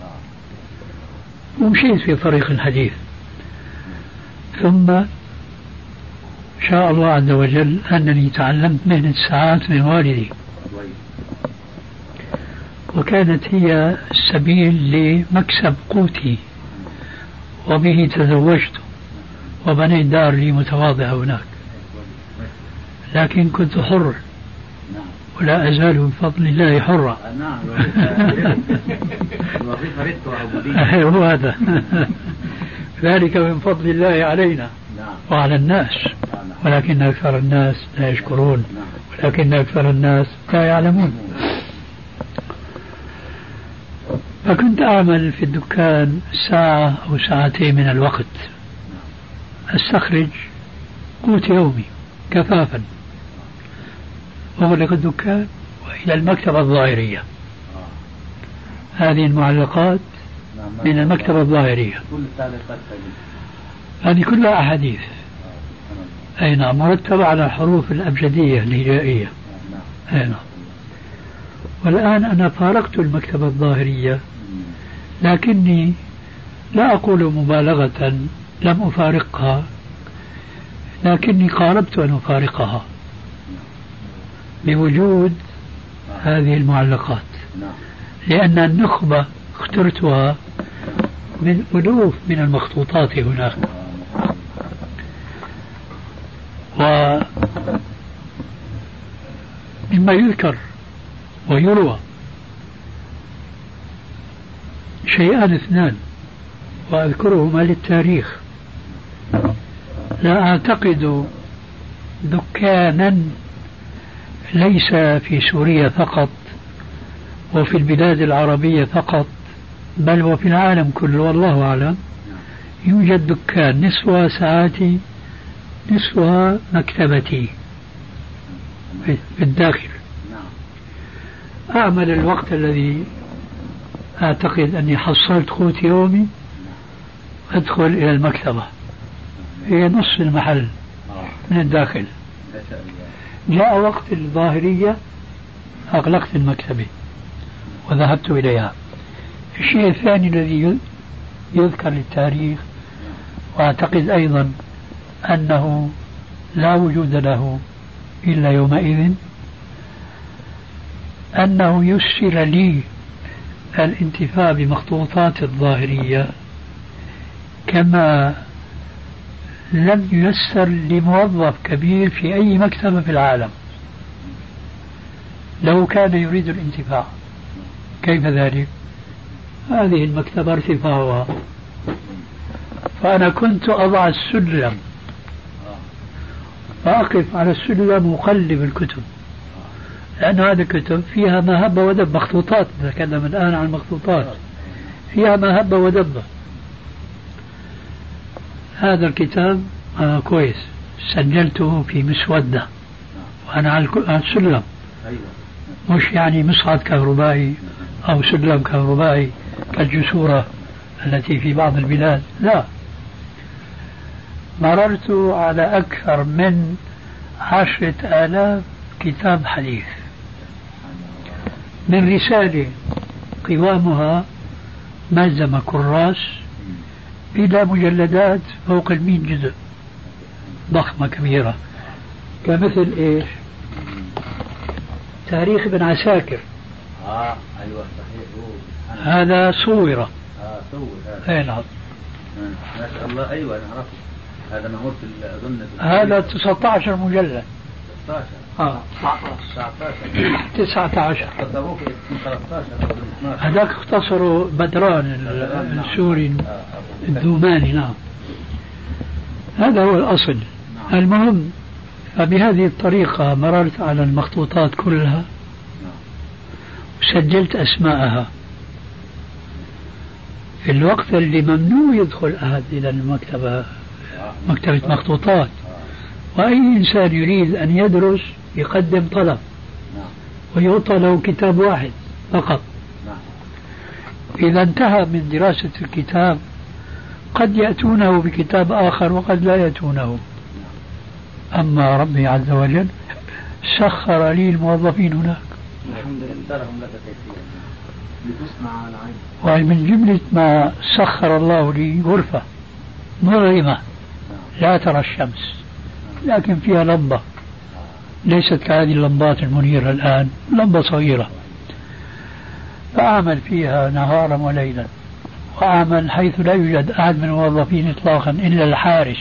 ومشيت في طريق الحديث. ثم شاء الله عز وجل أنني تعلمت مهنة الساعات من والدي، وكانت هي السبيل لمكسب قوتي، وبه تزوجت وبنيت دار لي متواضعة هناك، لكن كنت حر ولا أزال بفضل الله حرا. هو هذا. ذلك من فضل الله علينا وعلى الناس، ولكن أكثر الناس لا يشكرون، ولكن أكثر الناس لا يعلمون. فكنت أعمل في الدكان ساعة أو ساعتين من الوقت، أستخرج قوت يومي كفافا، وأغلق الدكان وإلى المكتبة الظاهرية. هذه المعلقات من المكتبة الظاهرية، هذه كلها أحاديث، أي نعم، مرتبة على الحروف الأبجدية الهجائية. أي نعم. والآن أنا فارقت المكتبة الظاهرية، لكني لا أقول مبالغة لم أفارقها، لكني قاربت أن أفارقها بوجود هذه المعلقات، لأن النخبة اخترتها من ألوف من المخطوطات هناك. ومما يذكر ويروى شيئان اثنان وأذكرهما للتاريخ. لا أعتقد دكانا ليس في سوريا فقط وفي البلاد العربية فقط، بل وفي العالم كله والله أعلم، يوجد دكان نسوة ساعاتي نسوة مكتبتي في الداخل. أعمل الوقت الذي أعتقد أني حصلت قوت يومي أدخل إلى المكتبة، هي نصف المحل من الداخل. جاء وقت الظاهرية أغلقت المكتبة وذهبت إليها. الشيء الثاني الذي يذكر للتاريخ وأعتقد أيضا أنه لا وجود له إلا يومئذ، أنه يسر لي الانتفاع بمخطوطات الظاهرية كما لم ييسر لموظف كبير في أي مكتبة في العالم لو كان يريد الانتفاع. كيف ذلك؟ هذه المكتبة ارتفاعها، فأنا كنت أضع السلم وأقف على السلم وأقلب الكتب، لأن هذه الكتب فيها ما هب ودب. مخطوطات، نتكلم الآن عن المخطوطات، فيها ما هب ودب. هذا الكتاب آه كويس، سجلته في مسودة وأنا على السلم، مش يعني مصعد كهربائي أو سلم كهربائي كالجسورة التي في بعض البلاد، لا. مررت على أكثر من عشرة آلاف كتاب حديث، من رسالة قوامها ملزمة كراس إلى مجلدات فوق المئة جزء ضخمة كبيرة، كمثل إيش؟ تاريخ ابن عساكر. آه أيوة صحيح. هذا صورة. آه صور هذا. أي نعم. ما شاء الله. أيوة أنا عرفت. هذا معمول في أظن هذا تسعة عشر مجلد. تسعة عشر. آه تسعة عشر. تصوروه في ثلاثة عشر. هذاك اختصروا بدران السوري الدوماني. نعم. هذا هو الأصل. المهم، فبهذه الطريقة مررت على المخطوطات كلها وسجلت أسماءها في الوقت اللي ممنوع يدخل أحد إلى المكتبة، مكتبة مخطوطات، وأي إنسان يريد أن يدرس يقدم طلب ويعطى له كتاب واحد فقط. إذا انتهى من دراسة الكتاب قد يأتونه بكتاب آخر وقد لا يأتونه. أما ربي عز وجل سخر لي الموظفين هناك، ومن جملة ما سخر الله لي غرفة مظلمة لا ترى الشمس لكن فيها لمبة، ليست كهذه اللمبات المنيرة الآن، لمبة صغيرة، فأعمل فيها نهارا وليلا، وأعمل حيث لا يوجد أحد من الموظفين إطلاقا إلا الحارس.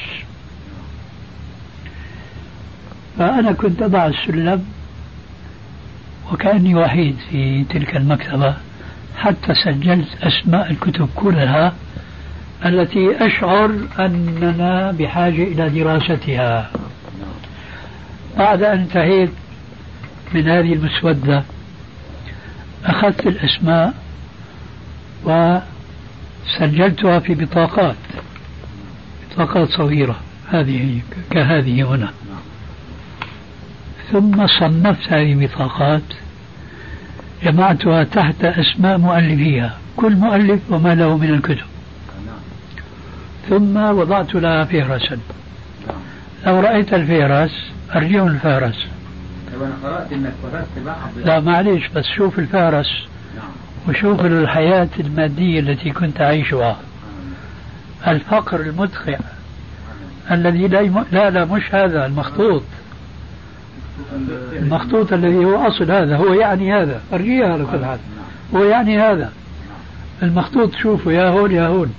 فأنا كنت أضع السلم وكأني وحيد في تلك المكتبة، حتى سجلت أسماء الكتب كلها التي أشعر أننا بحاجة إلى دراستها. بعد أن انتهيت من هذه المسودة أخذت الأسماء وسجلتها في بطاقات، بطاقات صغيرة هذه كهذه هنا، ثم صنفت هذه البطاقات، جمعتها تحت أسماء مؤلفيها، كل مؤلف وما له من الكتب، ثم وضعت لها فهرسا. لو رأيت الفهرس أرجعوا الفهرس. أنا قرأت إنك فرست بعض. لا معليش، بس شوف الفهرس وشوف الحياة المادية التي كنت أعيشها. الفقر المدخع الذي لا يم... لا لا مش هذا المخطوط، المخطوط الذي هو أصل هذا، هو يعني هذا أرجيها على كل حال، هو يعني هذا المخطوط. شوفوا يا هون يا هون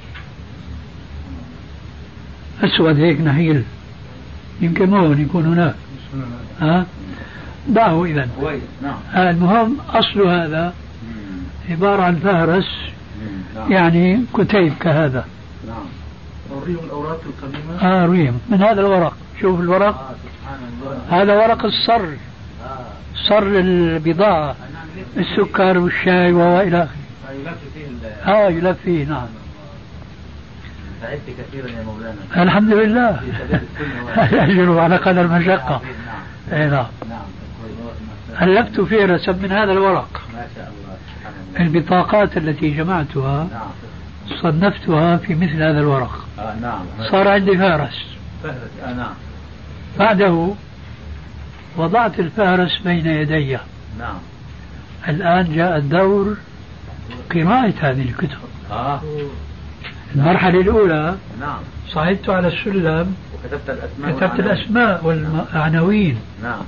أسود هيك نحيل، يمكن ما هون يكون هناك، ها دعه إذن. آه المهم أصل هذا عبارة عن فهرس، يعني كتيب كهذا. أوريهم الأوراق القديمة. آه أوريهم من هذا الورق. شوف الورق، هذا ورق الصر، صر البضاعة، السكر والشاي وإلى آخره. آه يلف فيه. نعم. تعبت كثيرا يا مولانا. الحمد لله. الأجر على قدر المشقة. اي نعم. ألفت فهرسا من هذا الورق. ما شاء الله. البطاقات التي جمعتها صنفتها في مثل هذا الورق. آه نعم. صار عندي فهرس. فهرس. آه نعم. بعده وضعت الفهرس بين يدي. نعم. الآن جاء الدور قراءة هذه الكتب. آه. المرحلة الأولى نعم صعدت على السلم وكتبت الأسماء كتبت الأسماء والعناوين. نعم.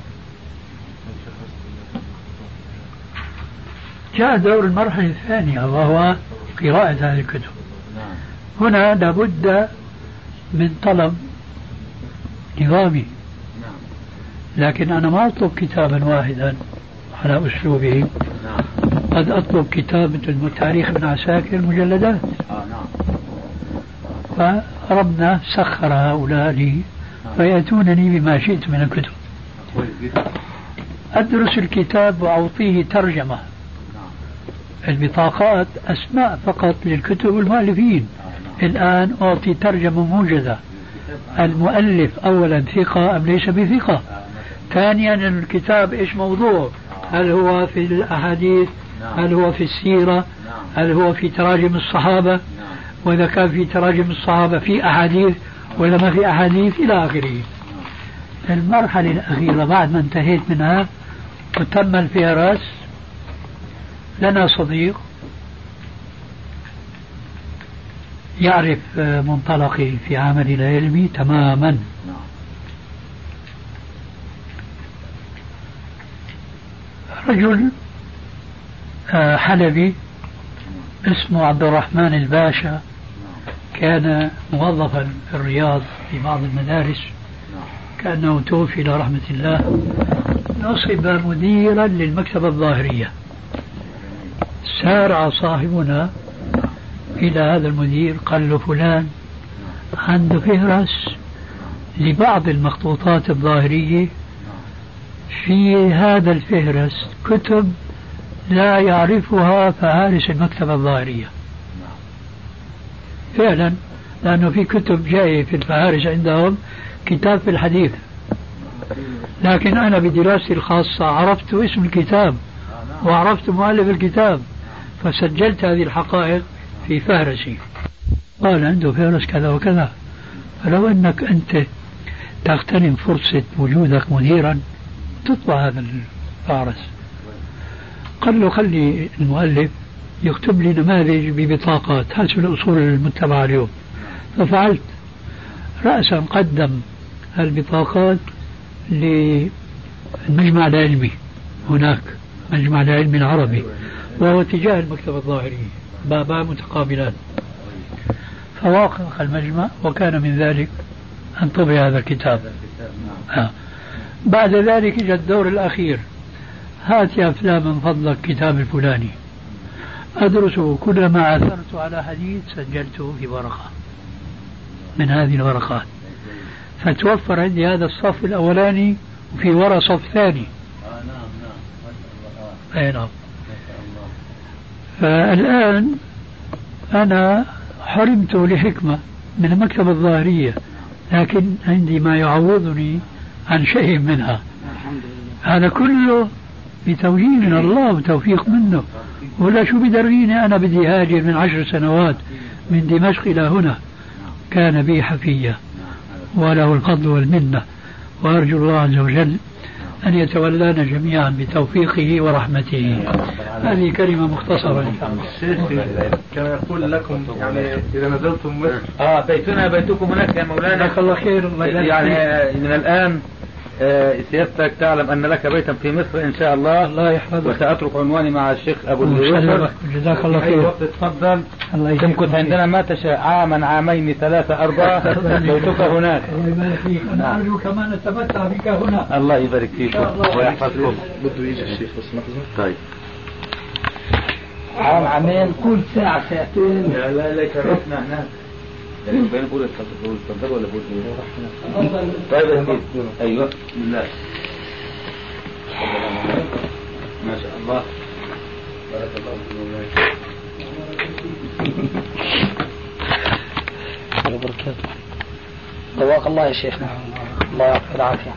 جاء دور المرحلة الثانية وهو قراءة هذه الكتب. نعم. هنا لابد من طلب نظامي. نعم. لكن أنا ما أطلب كتابا واحدا على أسلوبه. نعم. قد أطلب كتاب مثل تاريخ ابن عساكر مجلدات. آه نعم. فربنا سخر هؤلاء لي فيأتونني بما شئت من الكتب. أدرس الكتاب وأعطيه ترجمة. البطاقات أسماء فقط للكتب والمؤلفين. الآن أعطي ترجمة موجزة. المؤلف أولا ثقة أم ليس بثقة؟ ثانيا الكتاب إيش موضوع؟ هل هو في الأحاديث؟ هل هو في السيرة؟ هل هو في تراجم الصحابة؟ وإذا كان في تراجم الصحابة في أحاديث ولا ما في أحاديث إلى آخره. المرحلة الأخيرة بعد ما انتهيت منها وتم الفهرس، لنا صديق يعرف منطلقي في عملي العلمي تماما. رجل حلبي اسمه عبد الرحمن الباشا، كان موظفا في الرياض في بعض المدارس، كأنه توفي إلى رحمة الله. نصب مديرا للمكتبة الظاهرية. سارع صاحبنا إلى هذا المدير قال له فلان عنده فهرس لبعض المخطوطات الظاهرية، في هذا الفهرس كتب لا يعرفها فهارس المكتبة الظاهرية. فعلا لأنه في كتب جاية في الفهارس عندهم كتاب في الحديث، لكن أنا بدراستي الخاصة عرفت اسم الكتاب وعرفت مؤلف الكتاب فسجلت هذه الحقائق في فهرسي. قال عنده فهرس كذا وكذا، فلو أنك أنت تغتنم فرصة وجودك مديرا تطبع هذا الفهرس. قال له خلي المؤلف يكتب لي نماذج ببطاقات حسب الأصول المتبعة اليوم. ففعلت. رأسا قدم البطاقات للمجمع العلمي هناك، مجمع العلمي العربي، وهو تجاه المكتبة الظاهرية، بابا متقابلان. فوافق المجمع وكان من ذلك أن طبع هذا الكتاب. آه. بعد ذلك جاء الدور الأخير، هات يا فلان من فضلك كتاب الفلاني، أدرسه. كلما عثرت على حديث سجلته في ورقة من هذه الورقات، فتوفر عندي هذا الصف الأولاني وفي وراء صف ثاني. أي نعم. فالآن أنا حرمت لحكمة من المكتبة الظاهرية، لكن عندي ما يعوضني عن شيء منها. هذا كله بتوجيه من الله وتوفيق منه، ولا شو بدريني أنا بدي هاجر من عشر سنوات من دمشق إلى هنا. كان بي حفية وله الفضل والمنة، وأرجو الله عز وجل أن يتولانا جميعا بتوفيقه ورحمته. هذه كلمة مختصرة إن شاء الله. الشيخ كان يقول لكم يعني إذا نزلتم مصر اه بيتنا بيتكم هناك يا مولانا. جزاك الله خير. يعني من الآن سيادتك تعلم أن لك بيتا في مصر إن شاء الله. الله يحفظك. وسأترك عنواني مع الشيخ أبو اليوسف. جزاك الله خير. تفضل. تمكث عندنا ما تشاء، عاما عامين ثلاثة أربعة بيتك هناك. الله يبارك فيك. ونرجو كمان نتمتع بك هنا. الله يبارك فيكم ويحفظكم. بده يجي الشيخ بس لحظة. طيب. عام عامين كل ساعة ساعتين. لا لا لا شرفنا هناك. يعني بين بقول التفضل ولا بقول ايه؟ طيب يا سيدي. ايوه بسم الله. ما شاء الله. بارك الله فيكم. وبركاته. دواك الله يا شيخنا. الله يعطيك العافية.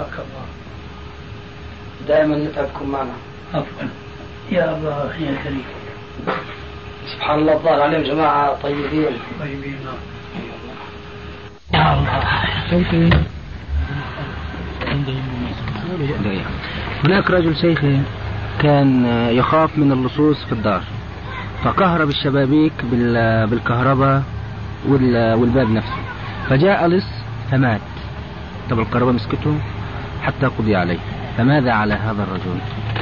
دائما نتعبكم معنا. عفوا. يا الله يا كريم. سبحان الله الظاهر عليهم جماعة طيبين. طيبين. يا الله. هناك رجل شيخي كان يخاف من اللصوص في الدار، فكهرب الشبابيك بالكهرباء والباب نفسه، فجاء لص فمات. طب الكهرباء مسكته حتى قضي عليه، فماذا على هذا الرجل؟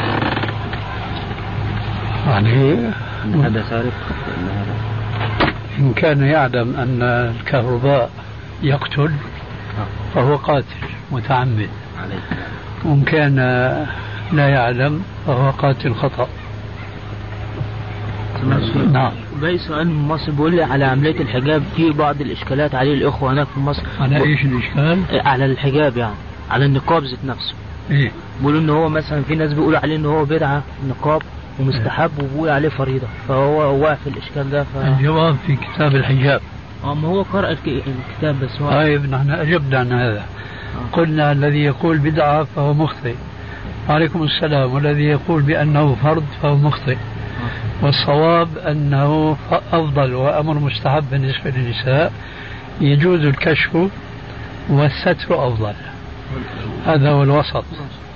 يعني هذا سارق؟ إن كان يعلم أن الكهرباء يقتل فهو قاتل متعمد، وإن كان لا يعلم فهو قاتل خطأ. نعم. باقي سؤال من مصر بيقول لي على عملية الحجاب في بعض الإشكالات عليه الإخوة هناك في مصر. على إيش الإشكال؟ على الحجاب يعني على النقاب ذات نفسه. إيه؟ بيقولوا إن هو مثلا في ناس بيقولوا عليه إن هو بدعة النقاب ومستحب وبيقول عليه فريضة، فهو واقع في الإشكال ده. ف... الجواب في كتاب الحجاب. اه ما هو قرأ الكتاب بس هو. طيب نحن أجبنا عن هذا. آه. قلنا الذي يقول بدعة فهو مخطئ. عليكم السلام. والذي يقول بأنه فرض فهو مخطئ. آه. والصواب أنه أفضل وأمر مستحب بالنسبة للنساء، يجوز الكشف والستر أفضل. هذا هو الوسط.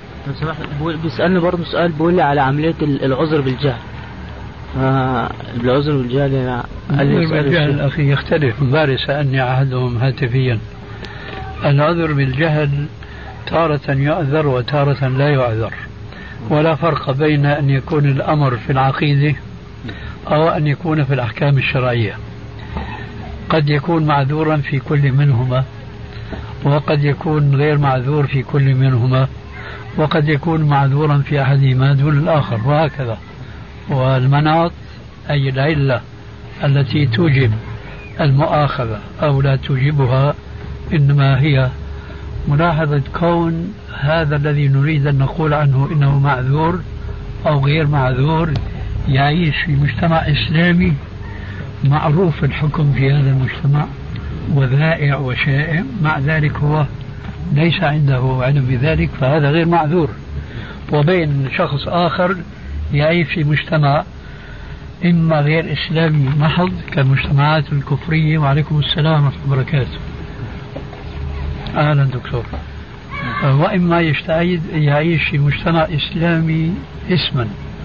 بيسألني برضه سؤال بيقول لي على عملية العذر بالجهل. آه العذر بالجهل يعني العذر بالجهل أخي يختلف. مباري سألني عهدهم هاتفيا. العذر بالجهل تارة يعذر وتارة لا يعذر، ولا فرق بين أن يكون الأمر في العقيدة أو أن يكون في الأحكام الشرعية. قد يكون معذورا في كل منهما، وقد يكون غير معذور في كل منهما، وقد يكون معذورا في أحدهما دون الآخر، وهكذا. والمناط أي العلة التي توجب المؤاخذة أو لا توجبها إنما هي ملاحظة كون هذا الذي نريد أن نقول عنه إنه معذور أو غير معذور يعيش في مجتمع إسلامي معروف الحكم في هذا المجتمع وذائع وشائع، مع ذلك هو ليس عنده علم بذلك، فهذا غير معذور. وبين شخص آخر يعيش في مجتمع إما غير إسلامي محض كالمجتمعات الكفرية. وعليكم السلام ورحمة الله وبركاته. أهلا دكتور. وإما يستعيد يعيش في مجتمع إسلامي اسما،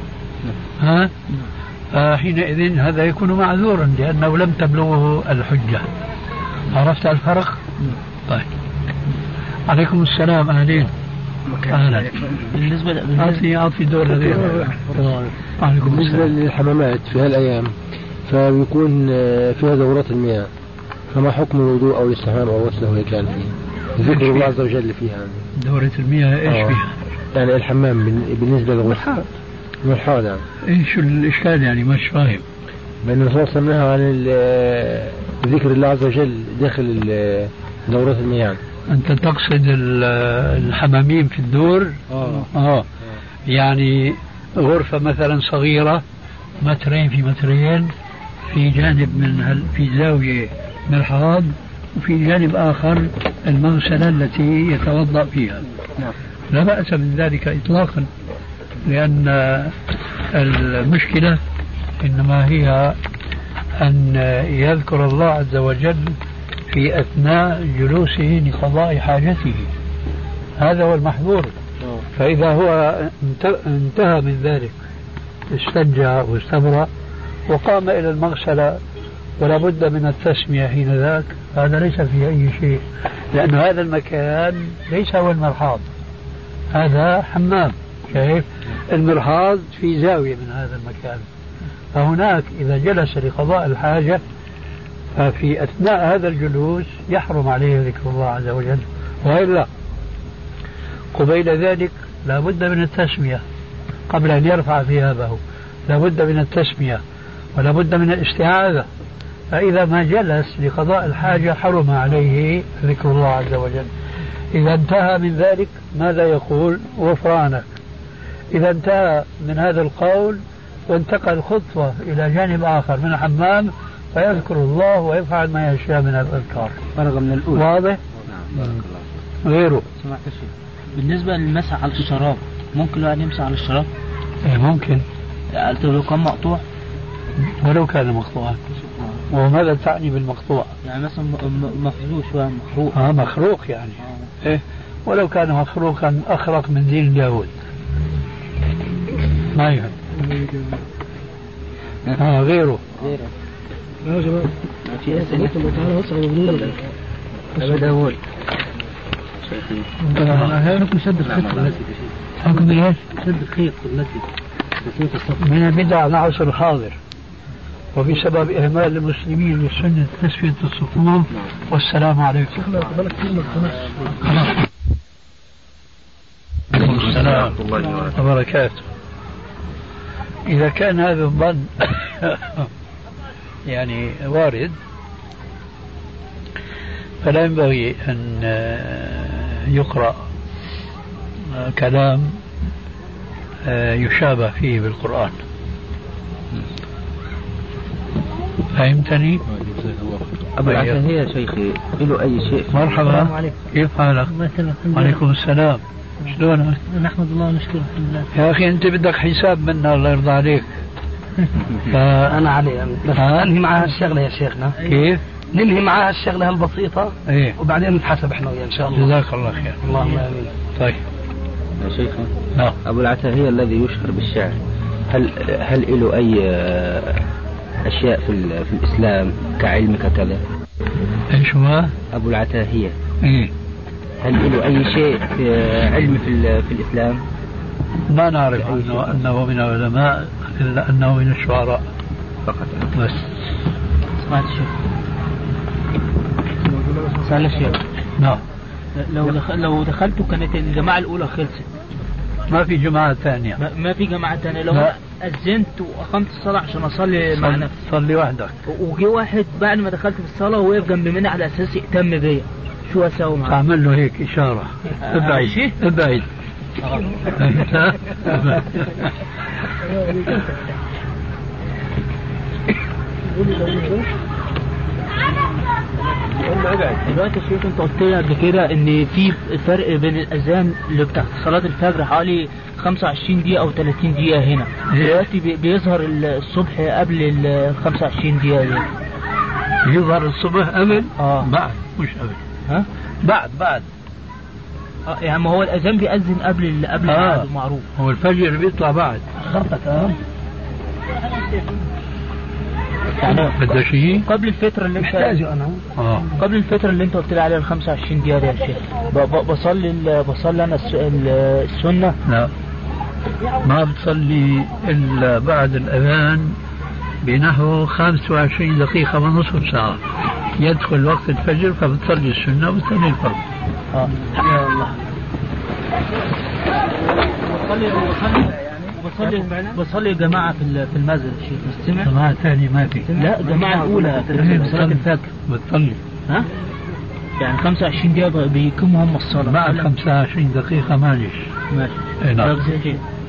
ها حينئذ هذا يكون معذورا لأنه لم تبلغه الحجة. عرفت الفرق؟ طيب. عليكم السلام. أهلين. أهلا. بالنسبة أعطي أعطي دور غير. بالنسبة للحمامات في هالأيام فبيكون فيها دورات المياه، فما حكم الوضوء أو الاستحمام أو غسله هيك يعني ذكر الله عز وجل فيها يعني. دورة المياه إيش آه. فيها؟ يعني الحمام بالنسبة للغسل والحوض يعني. إيش الإشكال يعني مش فاهم؟ بأن الرسول صلى الله عليه وسلم عن ذكر الله عز وجل داخل دورات المياه. أنت تقصد الحمامين في الدور؟ آه. آه. يعني غرفة مثلا صغيرة مترين في مترين، في جانب من هل في زاوية من الحوض، وفي جانب آخر المغسلة التي يتوضأ فيها. لا بأس من ذلك إطلاقا، لأن المشكلة إنما هي أن يذكر الله عز وجل في أثناء جلوسه لقضاء حاجته، هذا هو المحظور. فإذا هو انتهى من ذلك استنجى واستبرأ وقام إلى المغسلة ولا بد من التسمية حين ذاك، هذا ليس فيه أي شيء، لأن هذا المكان ليس هو المرحاض، هذا حمام. شايف المرحاض في زاوية من هذا المكان، فهناك إذا جلس لقضاء الحاجة ففي أثناء هذا الجلوس يحرم عليه ذكر الله عز وجل، وإلا قبيل ذلك لا بد من التسمية قبل أن يرفع ثيابه، لا بد من التسمية ولا بد من الاستعاذة. فإذا ما جلس لقضاء الحاجة حرم عليه ذكر الله عز وجل. إذا انتهى من ذلك ماذا يقول؟ غفرانك. إذا انتهى من هذا القول وانتقل خطوة إلى جانب آخر من الحمام فيذكر الله ويفعل ما يشاء من الأذكار. فرغ من الأولى. واضح؟ نعم. غيره. سمعت الشيء. بالنسبة للمسح على الشراب ممكن الواحد يمسح على الشراب؟ إيه ممكن. لو كان مقطوع؟ ولو كان مقطوعا. وماذا تعني بالمقطوع؟ يعني مثلا مفلوش ومخروق. اه مخروق يعني. آه. إيه ولو كان مخروقا أخرق من دين اليهود ما يهم. اه غيره. غيره. يا جماعة في أسئلة تعالى وصل وبنور أبدا أول حكم شد الخيط في المسجد. حكم ايش؟ شد الخيط في المسجد من البدع العصر الحاضر، وبسبب إهمال المسلمين لسنة تسوية الصفوف. والسلام عليكم. السلام ورحمة الله وبركاته. إذا كان هذا الظن يعني وارد فلا ينبغي أن يقرأ كلام يشابه فيه بالقرآن. فهمتني؟ أبو العتاهية يا شيخي له أي شيء. مرحبا، كيف حالك؟ وعليكم السلام، شلونك؟ نحمد الله ونشكره لله. يا أخي أنت بدك حساب منا الله يرضى عليك. ف... أنا علي بس ننهي معها الشغلة يا شيخنا. كيف؟ ننهي معها الشغلة البسيطة إيه؟ وبعدين نتحاسب إحنا وياه إن شاء الله. جزاك الله خير. اللهم آمين. طيب يا شيخي. نعم. أبو العتاهية الذي يشهر بالشعر هل هل له أي أشياء في في الإسلام كعلم ككذا؟ إيش هو؟ أبو العتاهية. إيه؟ هل له أي شيء في علم في في الإسلام؟ ما نعرف أنه, أنه من العلماء إلا أنه من الشعراء فقط. بس. سمعت الشيخ. سأل الشيخ. نعم. لو دخل لو دخلتوا كانت الجماعة الأولى خلصت. ما في جماعة ثانية. ما, ما في جماعة ثانية. لو أذنت وأقمت الصلاة عشان أصلي مع نفسي. صلي وحدك. وجي واحد بعد ما دخلت في الصلاة ووقف جنب مني على أساس يهتم بيا. شو أسوي معاه؟ تعمل له هيك إشارة. ابعد ابعد. دلوقتي يا شيخ انت قلت لي قبل كده ان في فرق بين الاذان اللي بتاع صلاه الفجر حوالي خمسة وعشرين دقيقه او ثلاثين دقيقه هنا. دلوقتي بيظهر الصبح قبل ال خمسة وعشرين دقيقه دي. يظهر الصبح قبل؟ اه بعد مش قبل. ها؟ بعد بعد. اه يعني ما هو الاذان بيأذن قبل ال قبل آه. المعروف. هو الفجر بيطلع بعد. خطك اه يعني بدها شيء قبل الفترة اللي انت محتاجه انا اه قبل الفترة اللي انت قلت لي عليها ال خمسة وعشرين دقيقة دي يا شيخ. بصلي بصلي انا السنة. لا ما بتصلي الا بعد الاذان بنحو خمسة وعشرين دقيقة ونصف ساعة يدخل وقت الفجر فبتصلي السنة وبتصلي الفرض. اه يا الله. بصلي بصلي بصلي جماعة في في المسجد يا شيخ. مستمع؟ جماعة ثانية ما في. لا جماعة الأولى في صلاة الفجر. بتصلي. ها؟ يعني خمسة وعشرين دقيقة بيقيموا هم الصلاة. بعد خمسة وعشرين دقيقة معلش. ماشي. اي نعم.